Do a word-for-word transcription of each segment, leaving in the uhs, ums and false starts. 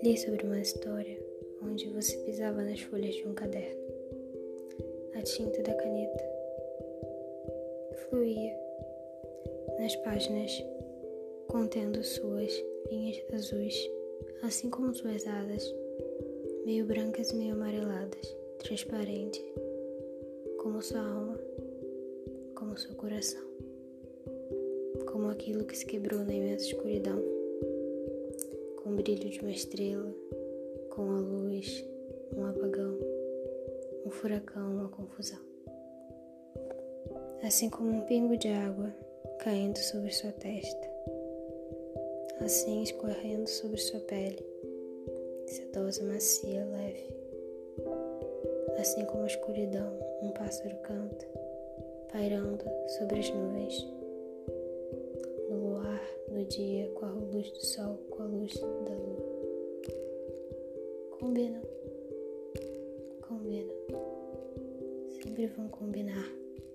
Li sobre uma história onde você pisava nas folhas de um caderno. A tinta da caneta fluía nas páginas, contendo suas linhas azuis, assim como suas asas, meio brancas e meio amareladas, transparentes, como sua alma, como seu coração, como aquilo que se quebrou na imensa escuridão, com o brilho de uma estrela, com a luz, um apagão, um furacão, uma confusão. Assim como um pingo de água caindo sobre sua testa, assim escorrendo sobre sua pele, sedosa, macia, leve. Assim como a escuridão, um pássaro canta, pairando sobre as nuvens, no luar, no dia, com a luz do sol, com a luz da lua. Combinam, combinam, sempre vão combinar.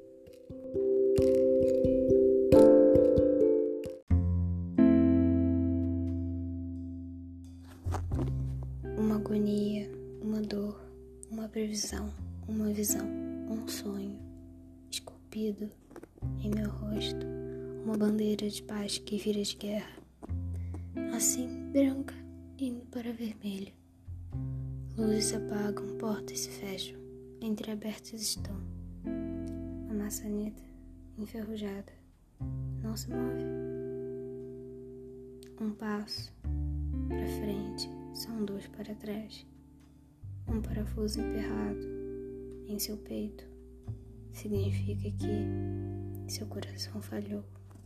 Uma agonia, uma dor, uma previsão, uma visão, um sonho esculpido em meu rosto, uma bandeira de paz que vira de guerra, assim branca indo para vermelho. Luzes se apagam, portas se fecham, entreabertas estão. A maçaneta enferrujada não se move. Um passo para frente são dois para trás. Um parafuso emperrado em seu peito significa que seu coração falhou.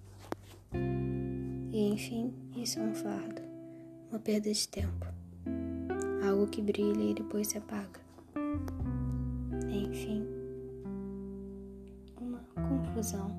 E enfim, isso é um fardo, uma perda de tempo, algo que brilha e depois se apaga. Enfim, uma confusão.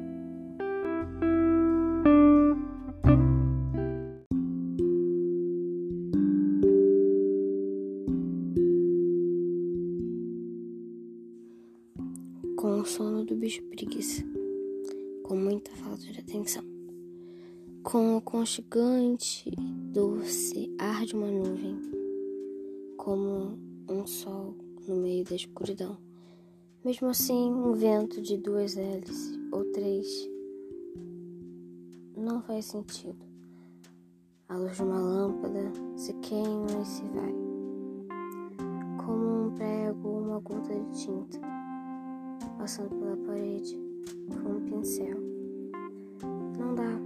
Com o sono do bicho preguiça, com muita falta de atenção, com o aconchegante, doce ar de uma nuvem, como um sol no meio da escuridão. Mesmo assim, um vento de duas hélices ou três não faz sentido. A luz de uma lâmpada se queima e se vai, como um prego ou uma gota de tinta passando pela parede com um pincel. Não dá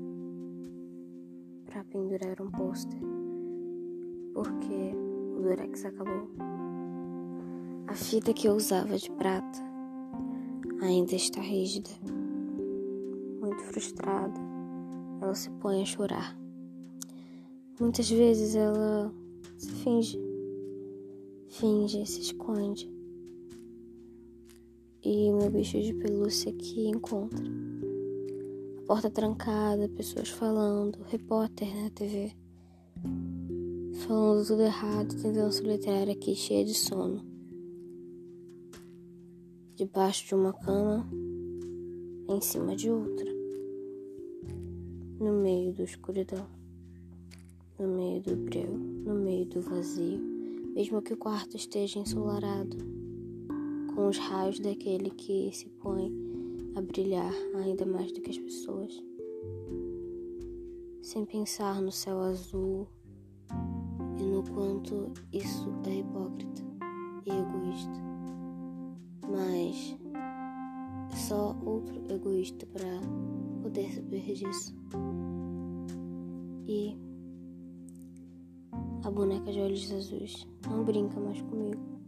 pra pendurar um pôster, porque o durex acabou. A fita que eu usava de prata ainda está rígida. Muito frustrada, ela se põe a chorar. Muitas vezes ela se finge, finge, se esconde. E meu bicho de pelúcia aqui encontra. A porta trancada, pessoas falando, repórter na T V. Falando tudo errado, tentando soletrar aqui cheia de sono. Debaixo de uma cama, em cima de outra. No meio da escuridão. No meio do breu, no meio do vazio. Mesmo que o quarto esteja ensolarado, com os raios daquele que se põe a brilhar ainda mais do que as pessoas, sem pensar no céu azul e no quanto isso é hipócrita e egoísta, mas é só outro egoísta para poder saber disso. E a boneca de olhos azuis não brinca mais comigo.